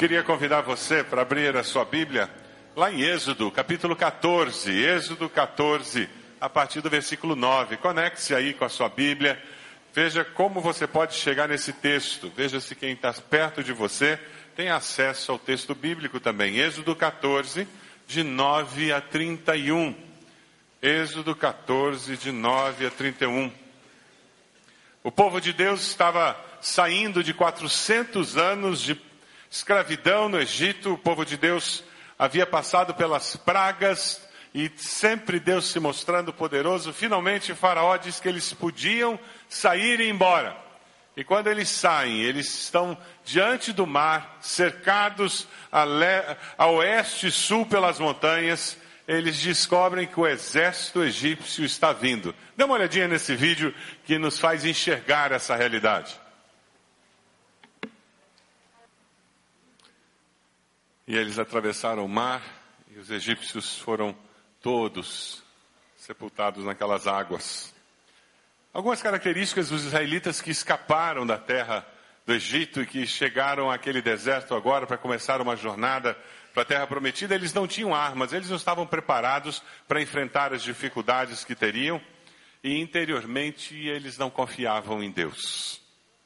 Queria convidar você para abrir a sua Bíblia lá em Êxodo, capítulo 14. Êxodo 14, a partir do versículo 9. Conecte-se aí com a sua Bíblia. Veja como você pode chegar nesse texto. Veja se quem está perto de você tem acesso ao texto bíblico também. Êxodo 14, de 9 a 31. Êxodo 14, de 9 a 31. O povo de Deus estava saindo de 400 anos de escravidão no Egito. O povo de Deus havia passado pelas pragas e sempre Deus se mostrando poderoso. Finalmente Faraó diz que eles podiam sair e ir embora. E quando eles saem, eles estão diante do mar, cercados a oeste e sul pelas montanhas. Eles descobrem que o exército egípcio está vindo. Dê uma olhadinha nesse vídeo que nos faz enxergar essa realidade. E eles atravessaram o mar e os egípcios foram todos sepultados naquelas águas. Algumas características dos israelitas que escaparam da terra do Egito e que chegaram àquele deserto agora para começar uma jornada para a terra prometida, eles não tinham armas, eles não estavam preparados para enfrentar as dificuldades que teriam e interiormente eles não confiavam em Deus.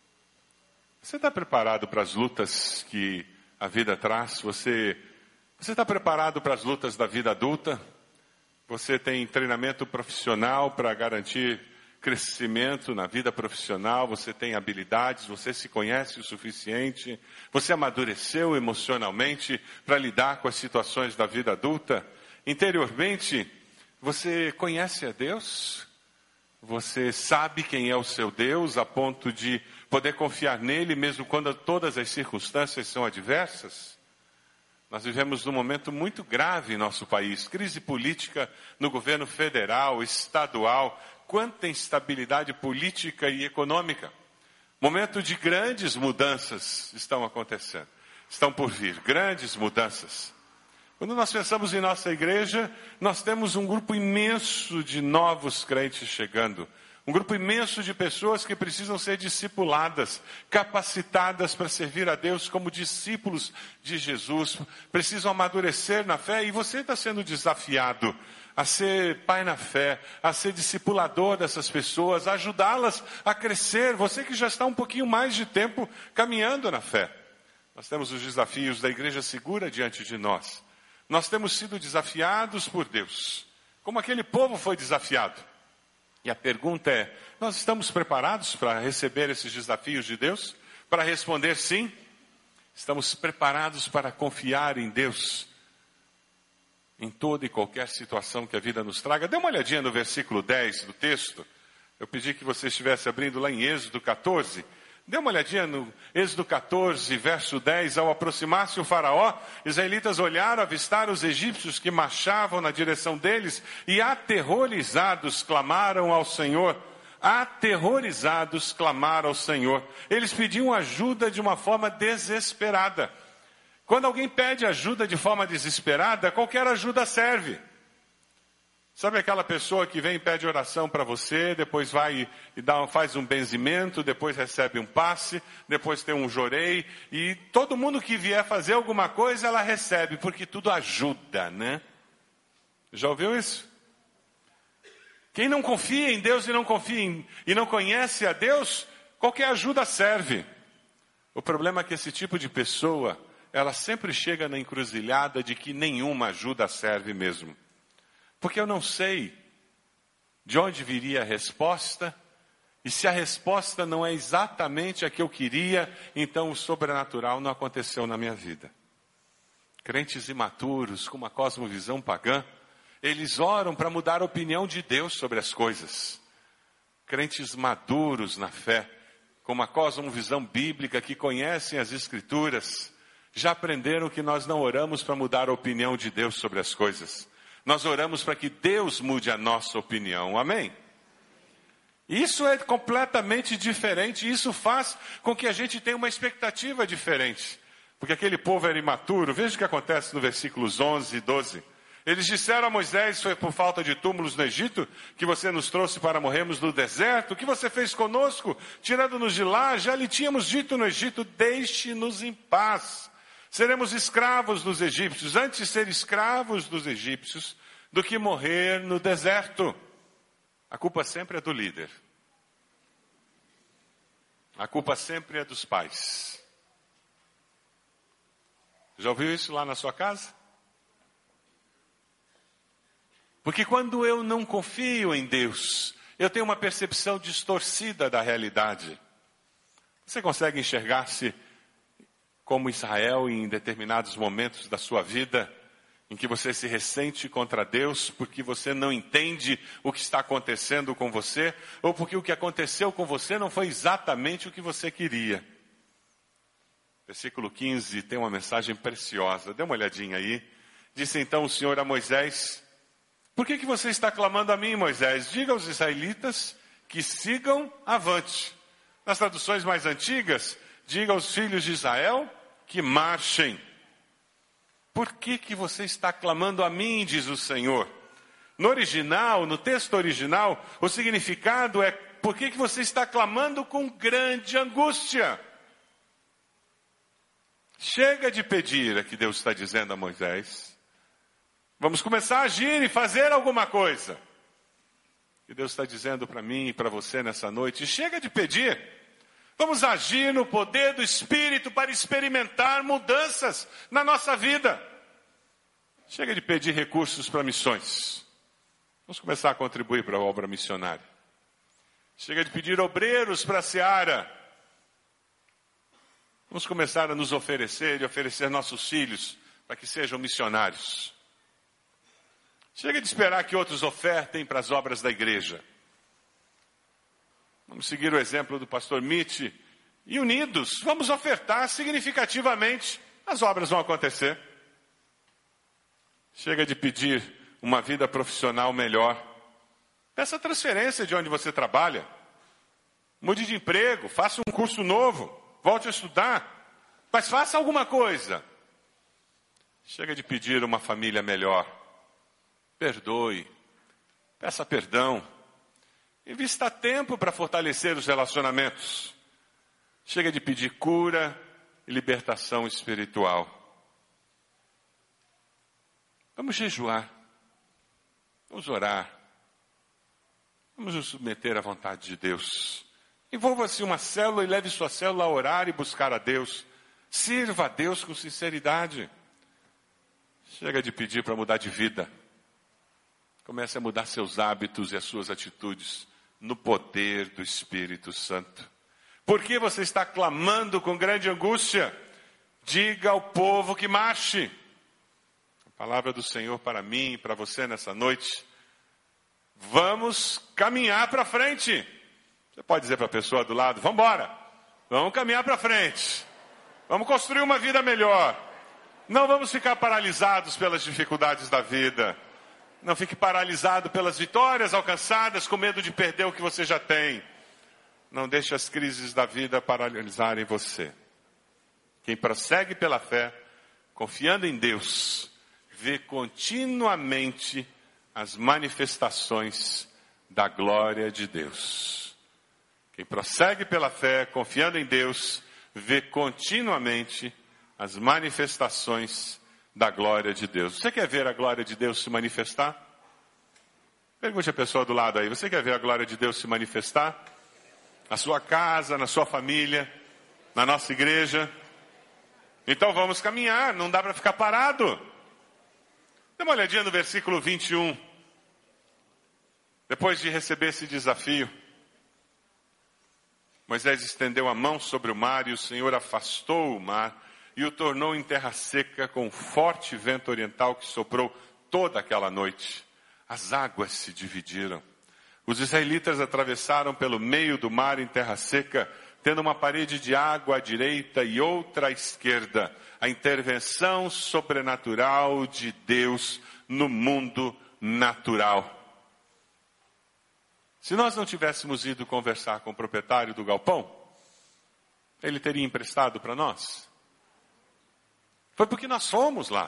Você está preparado para as lutas que a vida traz? Você está preparado para as lutas da vida adulta? Você tem treinamento profissional para garantir crescimento na vida profissional? Você tem habilidades? Você se conhece o suficiente? Você amadureceu emocionalmente para lidar com as situações da vida adulta? Interiormente, você conhece a Deus? Você sabe quem é o seu Deus a ponto de poder confiar nele mesmo quando todas as circunstâncias são adversas? Nós vivemos num momento muito grave em nosso país. Crise política no governo federal, estadual. Quanta instabilidade política e econômica. Momento de grandes mudanças estão acontecendo. Estão por vir, grandes mudanças. Quando nós pensamos em nossa igreja, nós temos um grupo imenso de novos crentes chegando. Um grupo imenso de pessoas que precisam ser discipuladas, capacitadas para servir a Deus como discípulos de Jesus. Precisam amadurecer na fé e você está sendo desafiado a ser pai na fé, a ser discipulador dessas pessoas, a ajudá-las a crescer. Você que já está um pouquinho mais de tempo caminhando na fé. Nós temos os desafios da igreja segura diante de nós. Nós temos sido desafiados por Deus, como aquele povo foi desafiado. E a pergunta é, nós estamos preparados para receber esses desafios de Deus? Para responder sim? Estamos preparados para confiar em Deus em toda e qualquer situação que a vida nos traga? Dê uma olhadinha no versículo 10 do texto. Eu pedi que você estivesse abrindo lá em Êxodo 14. Dê uma olhadinha no Êxodo 14, verso 10. Ao aproximar-se o faraó, israelitas olharam, avistaram os egípcios que marchavam na direção deles e aterrorizados clamaram ao Senhor. Aterrorizados clamaram ao Senhor. Eles pediam ajuda de uma forma desesperada. Quando alguém pede ajuda de forma desesperada, qualquer ajuda serve. Sabe aquela pessoa que vem e pede oração para você, depois vai e faz um benzimento, depois recebe um passe, depois tem um jorei, e todo mundo que vier fazer alguma coisa, ela recebe, porque tudo ajuda, né? Já ouviu isso? Quem não confia em Deus e não conhece a Deus, qualquer ajuda serve. O problema é que esse tipo de pessoa, ela sempre chega na encruzilhada de que nenhuma ajuda serve mesmo. Porque eu não sei de onde viria a resposta, e se a resposta não é exatamente a que eu queria, então o sobrenatural não aconteceu na minha vida. Crentes imaturos, com uma cosmovisão pagã, eles oram para mudar a opinião de Deus sobre as coisas. Crentes maduros na fé, com uma cosmovisão bíblica, que conhecem as Escrituras, já aprenderam que nós não oramos para mudar a opinião de Deus sobre as coisas. Nós oramos para que Deus mude a nossa opinião. Amém? Isso é completamente diferente. Isso faz com que a gente tenha uma expectativa diferente. Porque aquele povo era imaturo. Veja o que acontece no versículos 11 e 12. Eles disseram a Moisés: foi por falta de túmulos no Egito que você nos trouxe para morrermos no deserto? O que você fez conosco, tirando-nos de lá? Já lhe tínhamos dito no Egito: deixe-nos em paz. Seremos escravos dos egípcios, antes ser escravos dos egípcios do que morrer no deserto. A culpa sempre é do líder. A culpa sempre é dos pais. Já ouviu isso lá na sua casa? Porque quando eu não confio em Deus, eu tenho uma percepção distorcida da realidade. Você consegue enxergar-se como Israel em determinados momentos da sua vida, em que você se ressente contra Deus porque você não entende o que está acontecendo com você, ou porque o que aconteceu com você não foi exatamente o que você queria? Versículo 15 tem uma mensagem preciosa, dê uma olhadinha aí. Disse então o Senhor a Moisés: por que você está clamando a mim, Moisés? Diga aos israelitas que sigam avante. Nas traduções mais antigas, diga aos filhos de Israel que marchem. Por que você está clamando a mim, diz o Senhor? No original, no texto original, o significado é: por que você está clamando com grande angústia? Chega de pedir, é que Deus está dizendo a Moisés. Vamos começar a agir e fazer alguma coisa. E Deus está dizendo para mim e para você nessa noite: chega de pedir. Vamos agir no poder do Espírito para experimentar mudanças na nossa vida. Chega de pedir recursos para missões. Vamos começar a contribuir para a obra missionária. Chega de pedir obreiros para a seara. Vamos começar a nos oferecer e oferecer nossos filhos para que sejam missionários. Chega de esperar que outros ofertem para as obras da igreja. Vamos seguir o exemplo do pastor Mitch e unidos, vamos ofertar significativamente. As obras vão acontecer. Chega de pedir uma vida profissional melhor. Peça transferência de onde você trabalha. Mude de emprego, faça um curso novo, volte a estudar, mas faça alguma coisa. Chega de pedir uma família melhor. Perdoe, peça perdão. Invista tempo para fortalecer os relacionamentos. Chega de pedir cura e libertação espiritual. Vamos jejuar. Vamos orar. Vamos nos submeter à vontade de Deus. Envolva-se em uma célula e leve sua célula a orar e buscar a Deus. Sirva a Deus com sinceridade. Chega de pedir para mudar de vida. Comece a mudar seus hábitos e as suas atitudes no poder do Espírito Santo. Por que você está clamando com grande angústia? Diga ao povo que marche. A palavra do Senhor para mim e para você nessa noite: vamos caminhar para frente. Você pode dizer para a pessoa do lado: vamos embora, vamos caminhar para frente. Vamos construir uma vida melhor. Não vamos ficar paralisados pelas dificuldades da vida. Não fique paralisado pelas vitórias alcançadas, com medo de perder o que você já tem. Não deixe as crises da vida paralisarem você. Quem prossegue pela fé, confiando em Deus, vê continuamente as manifestações da glória de Deus. Quem prossegue pela fé, confiando em Deus, vê continuamente as manifestações da glória de Deus. Você quer ver a glória de Deus se manifestar? Pergunte a pessoa do lado aí: você quer ver a glória de Deus se manifestar? Na sua casa, na sua família, na nossa igreja? Então vamos caminhar, não dá para ficar parado. Dê uma olhadinha no versículo 21. Depois de receber esse desafio, Moisés estendeu a mão sobre o mar e o Senhor afastou o mar e o tornou em terra seca com um forte vento oriental que soprou toda aquela noite. As águas se dividiram. Os israelitas atravessaram pelo meio do mar em terra seca, tendo uma parede de água à direita e outra à esquerda. A intervenção sobrenatural de Deus no mundo natural. Se nós não tivéssemos ido conversar com o proprietário do galpão, ele teria emprestado para nós? Foi porque nós fomos lá.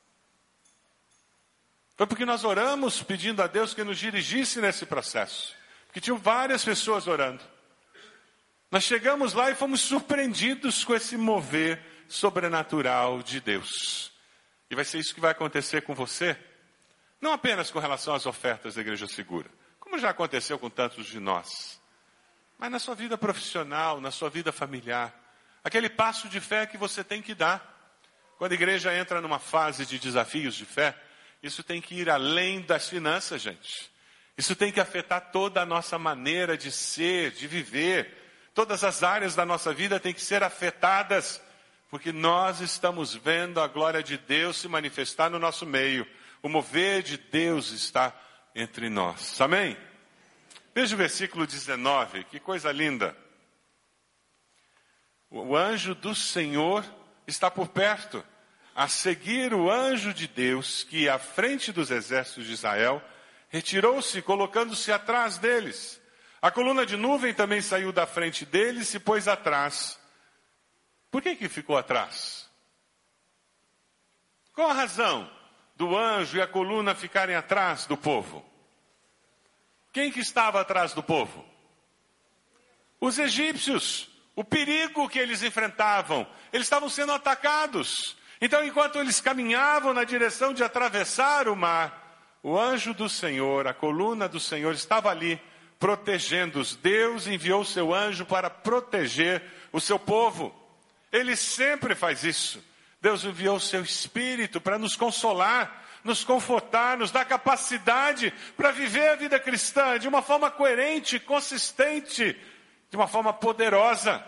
Foi porque nós oramos pedindo a Deus que nos dirigisse nesse processo. Porque tinham várias pessoas orando. Nós chegamos lá e fomos surpreendidos com esse mover sobrenatural de Deus. E vai ser isso que vai acontecer com você, não apenas com relação às ofertas da Igreja Segura, como já aconteceu com tantos de nós, mas na sua vida profissional, na sua vida familiar. Aquele passo de fé que você tem que dar. Quando a igreja entra numa fase de desafios de fé, isso tem que ir além das finanças, gente. Isso tem que afetar toda a nossa maneira de ser, de viver. Todas as áreas da nossa vida têm que ser afetadas, porque nós estamos vendo a glória de Deus se manifestar no nosso meio. O mover de Deus está entre nós. Amém? Veja o versículo 19, que coisa linda. O anjo do Senhor está por perto, a seguir o anjo de Deus, que à frente dos exércitos de Israel, retirou-se, colocando-se atrás deles. A coluna de nuvem também saiu da frente deles e se pôs atrás. Por que ficou atrás? Qual a razão do anjo e a coluna ficarem atrás do povo? Quem que estava atrás do povo? Os egípcios. O perigo que eles enfrentavam. Eles estavam sendo atacados. Então, enquanto eles caminhavam na direção de atravessar o mar, o anjo do Senhor, a coluna do Senhor, estava ali, protegendo-os. Deus enviou seu anjo para proteger o seu povo. Ele sempre faz isso. Deus enviou o seu Espírito para nos consolar, nos confortar, nos dar capacidade para viver a vida cristã de uma forma coerente, consistente, de uma forma poderosa.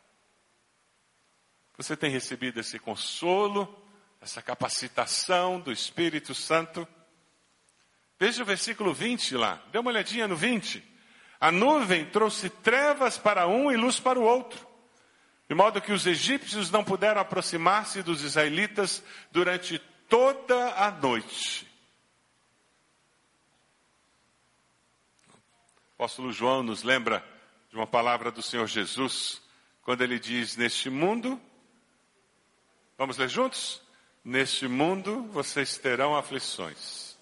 Você tem recebido esse consolo, essa capacitação do Espírito Santo? Veja o versículo 20 lá, dê uma olhadinha no 20. A nuvem trouxe trevas para um e luz para o outro, de modo que os egípcios não puderam aproximar-se dos israelitas durante toda a noite. O apóstolo João nos lembra de uma palavra do Senhor Jesus, quando ele diz, neste mundo, vamos ler juntos? Neste mundo vocês terão aflições.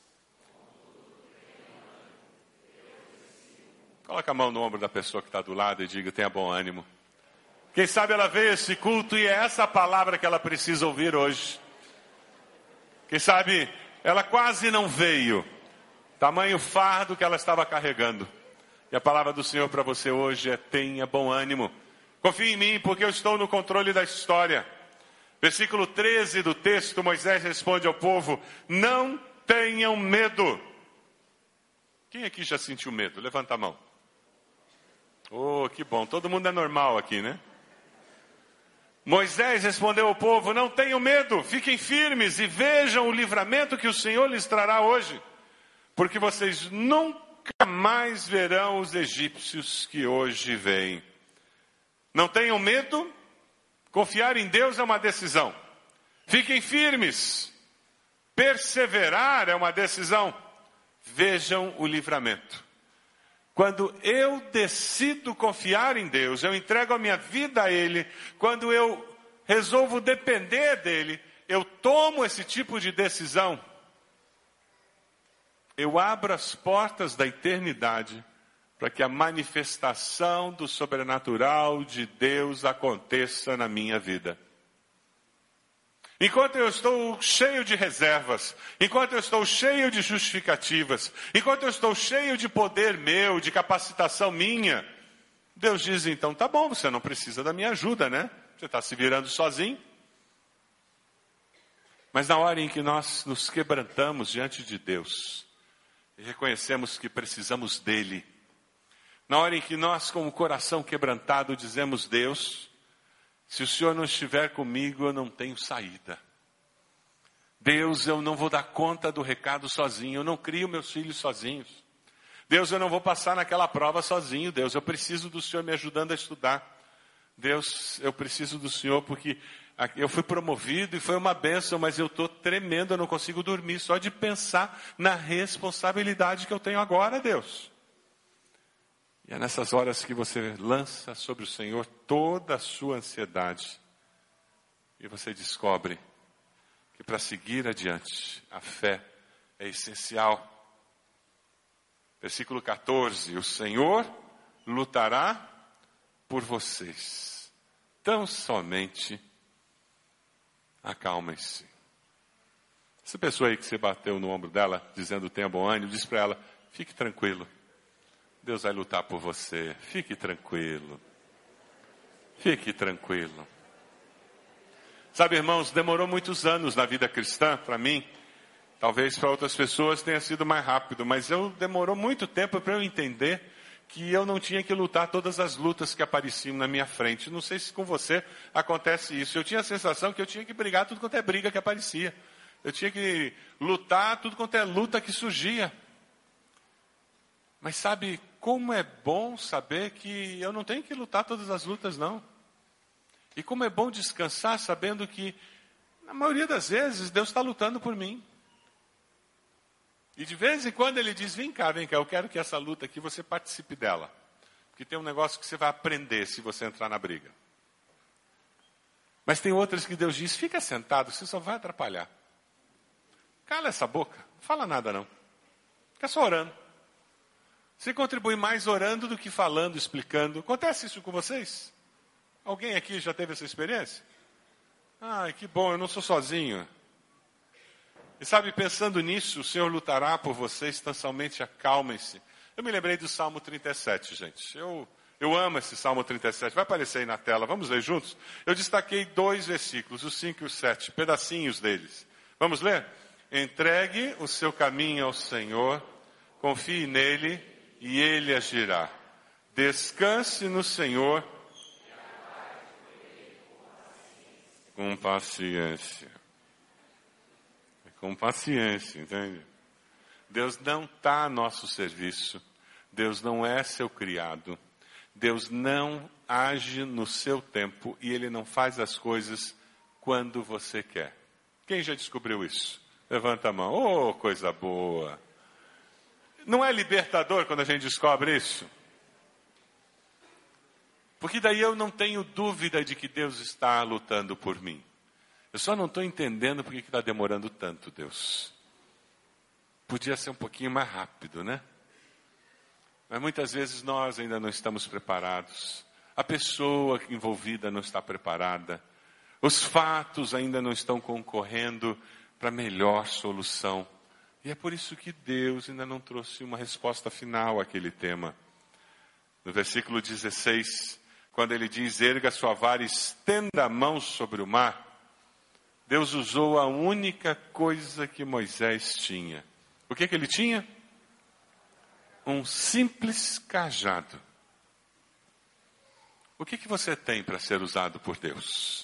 Coloca a mão no ombro da pessoa que está do lado e diga, tenha bom ânimo. Quem sabe ela veio a esse culto e é essa a palavra que ela precisa ouvir hoje. Quem sabe ela quase não veio. Tamanho fardo que ela estava carregando. E a palavra do Senhor para você hoje é, tenha bom ânimo. Confie em mim, porque eu estou no controle da história. Versículo 13 do texto, Moisés responde ao povo, não tenham medo. Quem aqui já sentiu medo? Levanta a mão. Oh, que bom, todo mundo é normal aqui, né? Moisés respondeu ao povo, não tenham medo, fiquem firmes e vejam o livramento que o Senhor lhes trará hoje. Porque vocês nunca mais verão os egípcios que hoje vêm. Não tenham medo, confiar em Deus é uma decisão. Fiquem firmes, perseverar é uma decisão. Vejam o livramento. Quando eu decido confiar em Deus, eu entrego a minha vida a Ele, quando eu resolvo depender dEle, eu tomo esse tipo de decisão, eu abro as portas da eternidade para que a manifestação do sobrenatural de Deus aconteça na minha vida. Enquanto eu estou cheio de reservas, enquanto eu estou cheio de justificativas, enquanto eu estou cheio de poder meu, de capacitação minha, Deus diz então, tá bom, você não precisa da minha ajuda, né? Você está se virando sozinho. Mas na hora em que nós nos quebrantamos diante de Deus, e reconhecemos que precisamos dEle, na hora em que nós com o coração quebrantado dizemos, Deus, se o Senhor não estiver comigo, eu não tenho saída. Deus, eu não vou dar conta do recado sozinho. Eu não crio meus filhos sozinhos. Deus, eu não vou passar naquela prova sozinho. Deus, eu preciso do Senhor me ajudando a estudar. Deus, eu preciso do Senhor porque eu fui promovido e foi uma bênção, mas eu estou tremendo, eu não consigo dormir só de pensar na responsabilidade que eu tenho agora, Deus. E é nessas horas que você lança sobre o Senhor toda a sua ansiedade. E você descobre que para seguir adiante, a fé é essencial. Versículo 14, o Senhor lutará por vocês. Tão somente acalmem-se. Essa pessoa aí que você bateu no ombro dela, dizendo tenha bom ânimo, diz para ela, fique tranquilo. Deus vai lutar por você. Fique tranquilo. Fique tranquilo. Sabe, irmãos, demorou muitos anos na vida cristã, para mim. Talvez para outras pessoas tenha sido mais rápido, mas demorou muito tempo para eu entender que eu não tinha que lutar todas as lutas que apareciam na minha frente. Não sei se com você acontece isso. Eu tinha a sensação que eu tinha que brigar tudo quanto é briga que aparecia. Eu tinha que lutar tudo quanto é luta que surgia. Mas sabe como é bom saber que eu não tenho que lutar todas as lutas, não. E como é bom descansar sabendo que, na maioria das vezes, Deus está lutando por mim. E de vez em quando Ele diz, vem cá, eu quero que essa luta aqui você participe dela. Porque tem um negócio que você vai aprender se você entrar na briga. Mas tem outras que Deus diz, fica sentado, você só vai atrapalhar. Cala essa boca, não fala nada não. Fica só orando. Você contribui mais orando do que falando, explicando. Acontece isso com vocês? Alguém aqui já teve essa experiência? Ai, que bom, eu não sou sozinho. E sabe, pensando nisso, o Senhor lutará por vocês, tão somente acalmem-se. Eu me lembrei do Salmo 37, gente. Eu amo esse Salmo 37. Vai aparecer aí na tela, vamos ler juntos? Eu destaquei 2 versículos, o 5 e o 7, pedacinhos deles. Vamos ler? Entregue o seu caminho ao Senhor, confie nele e ele agirá. Descanse no Senhor com paciência. Com paciência, entende? Deus não está a nosso serviço. Deus não é seu criado. Deus não age no seu tempo e Ele não faz as coisas quando você quer. Quem já descobriu isso? Levanta a mão. Oh, coisa boa. Não é libertador quando a gente descobre isso? Porque daí eu não tenho dúvida de que Deus está lutando por mim. Eu só não estou entendendo por que está demorando tanto, Deus. Podia ser um pouquinho mais rápido, né? Mas muitas vezes nós ainda não estamos preparados. A pessoa envolvida não está preparada. Os fatos ainda não estão concorrendo para a melhor solução. E é por isso que Deus ainda não trouxe uma resposta final àquele tema. No versículo 16, quando ele diz, erga sua vara e estenda a mão sobre o mar, Deus usou a única coisa que Moisés tinha. O que ele tinha? Um simples cajado. O que você tem para ser usado por Deus?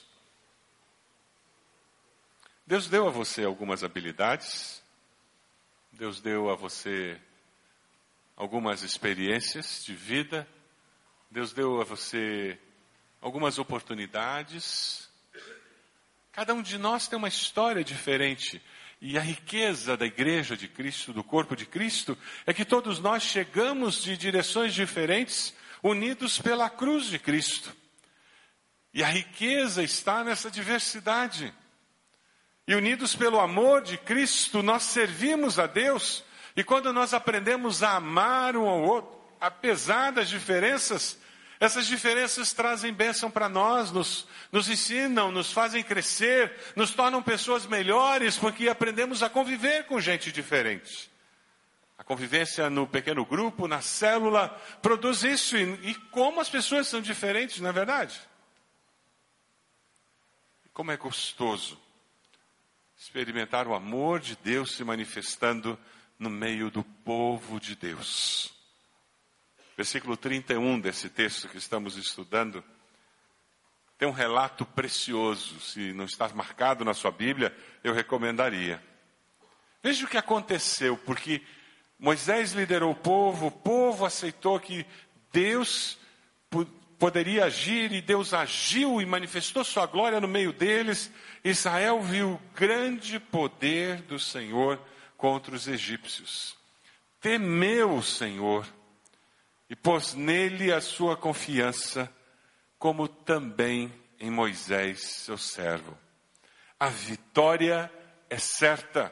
Deus deu a você algumas habilidades. Deus deu a você algumas experiências de vida. Deus deu a você algumas oportunidades. Cada um de nós tem uma história diferente. E a riqueza da igreja de Cristo, do corpo de Cristo, é que todos nós chegamos de direções diferentes, unidos pela cruz de Cristo. E a riqueza está nessa diversidade. E unidos pelo amor de Cristo, nós servimos a Deus. E quando nós aprendemos a amar um ao outro, apesar das diferenças, essas diferenças trazem bênção para nós, nos ensinam, nos fazem crescer, nos tornam pessoas melhores, porque aprendemos a conviver com gente diferente. A convivência no pequeno grupo, na célula, produz isso. E como as pessoas são diferentes, não é verdade? Como é gostoso experimentar o amor de Deus se manifestando no meio do povo de Deus. Versículo 31 desse texto que estamos estudando, tem um relato precioso. Se não está marcado na sua Bíblia, eu recomendaria. Veja o que aconteceu, porque Moisés liderou o povo aceitou que Deus poderia agir, e Deus agiu e manifestou sua glória no meio deles. Israel viu o grande poder do Senhor contra os egípcios. Temeu o Senhor e pôs nele a sua confiança, como também em Moisés, seu servo. A vitória é certa.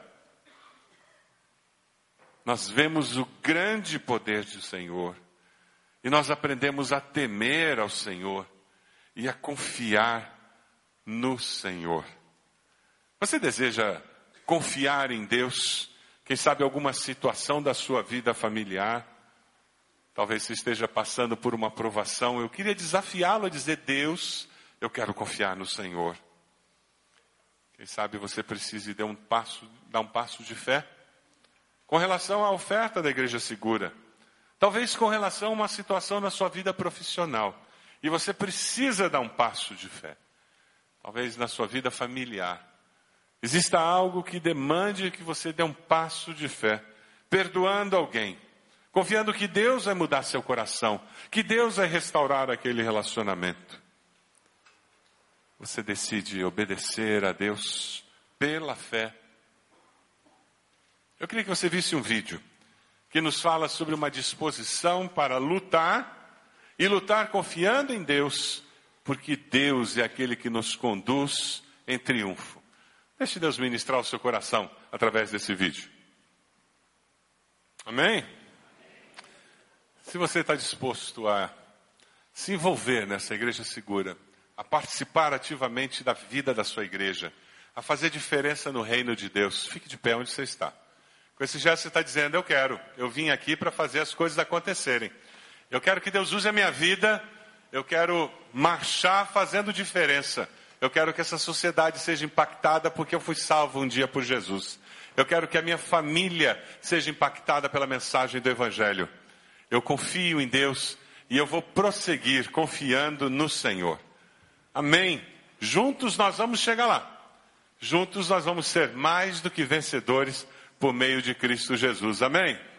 Nós vemos o grande poder do Senhor e nós aprendemos a temer ao Senhor e a confiar no Senhor. Você deseja confiar em Deus? Quem sabe alguma situação da sua vida familiar? Talvez você esteja passando por uma provação. Eu queria desafiá-lo a dizer: Deus, eu quero confiar no Senhor. Quem sabe você precise dar um passo de fé com relação à oferta da Igreja Segura. Talvez com relação a uma situação na sua vida profissional. E você precisa dar um passo de fé. Talvez na sua vida familiar. Exista algo que demande que você dê um passo de fé. Perdoando alguém. Confiando que Deus vai mudar seu coração. Que Deus vai restaurar aquele relacionamento. Você decide obedecer a Deus pela fé. Eu queria que você visse um vídeo que nos fala sobre uma disposição para lutar, e lutar confiando em Deus, porque Deus é aquele que nos conduz em triunfo. Deixe Deus ministrar o seu coração através desse vídeo. Amém? Se você está disposto a se envolver nessa igreja segura, a participar ativamente da vida da sua igreja, a fazer diferença no reino de Deus, fique de pé onde você está. Com esse gesto você está dizendo: eu vim aqui para fazer as coisas acontecerem. Eu quero que Deus use a minha vida, eu quero marchar fazendo diferença. Eu quero que essa sociedade seja impactada porque eu fui salvo um dia por Jesus. Eu quero que a minha família seja impactada pela mensagem do Evangelho. Eu confio em Deus e eu vou prosseguir confiando no Senhor. Amém? Juntos nós vamos chegar lá. Juntos nós vamos ser mais do que vencedores por meio de Cristo Jesus. Amém?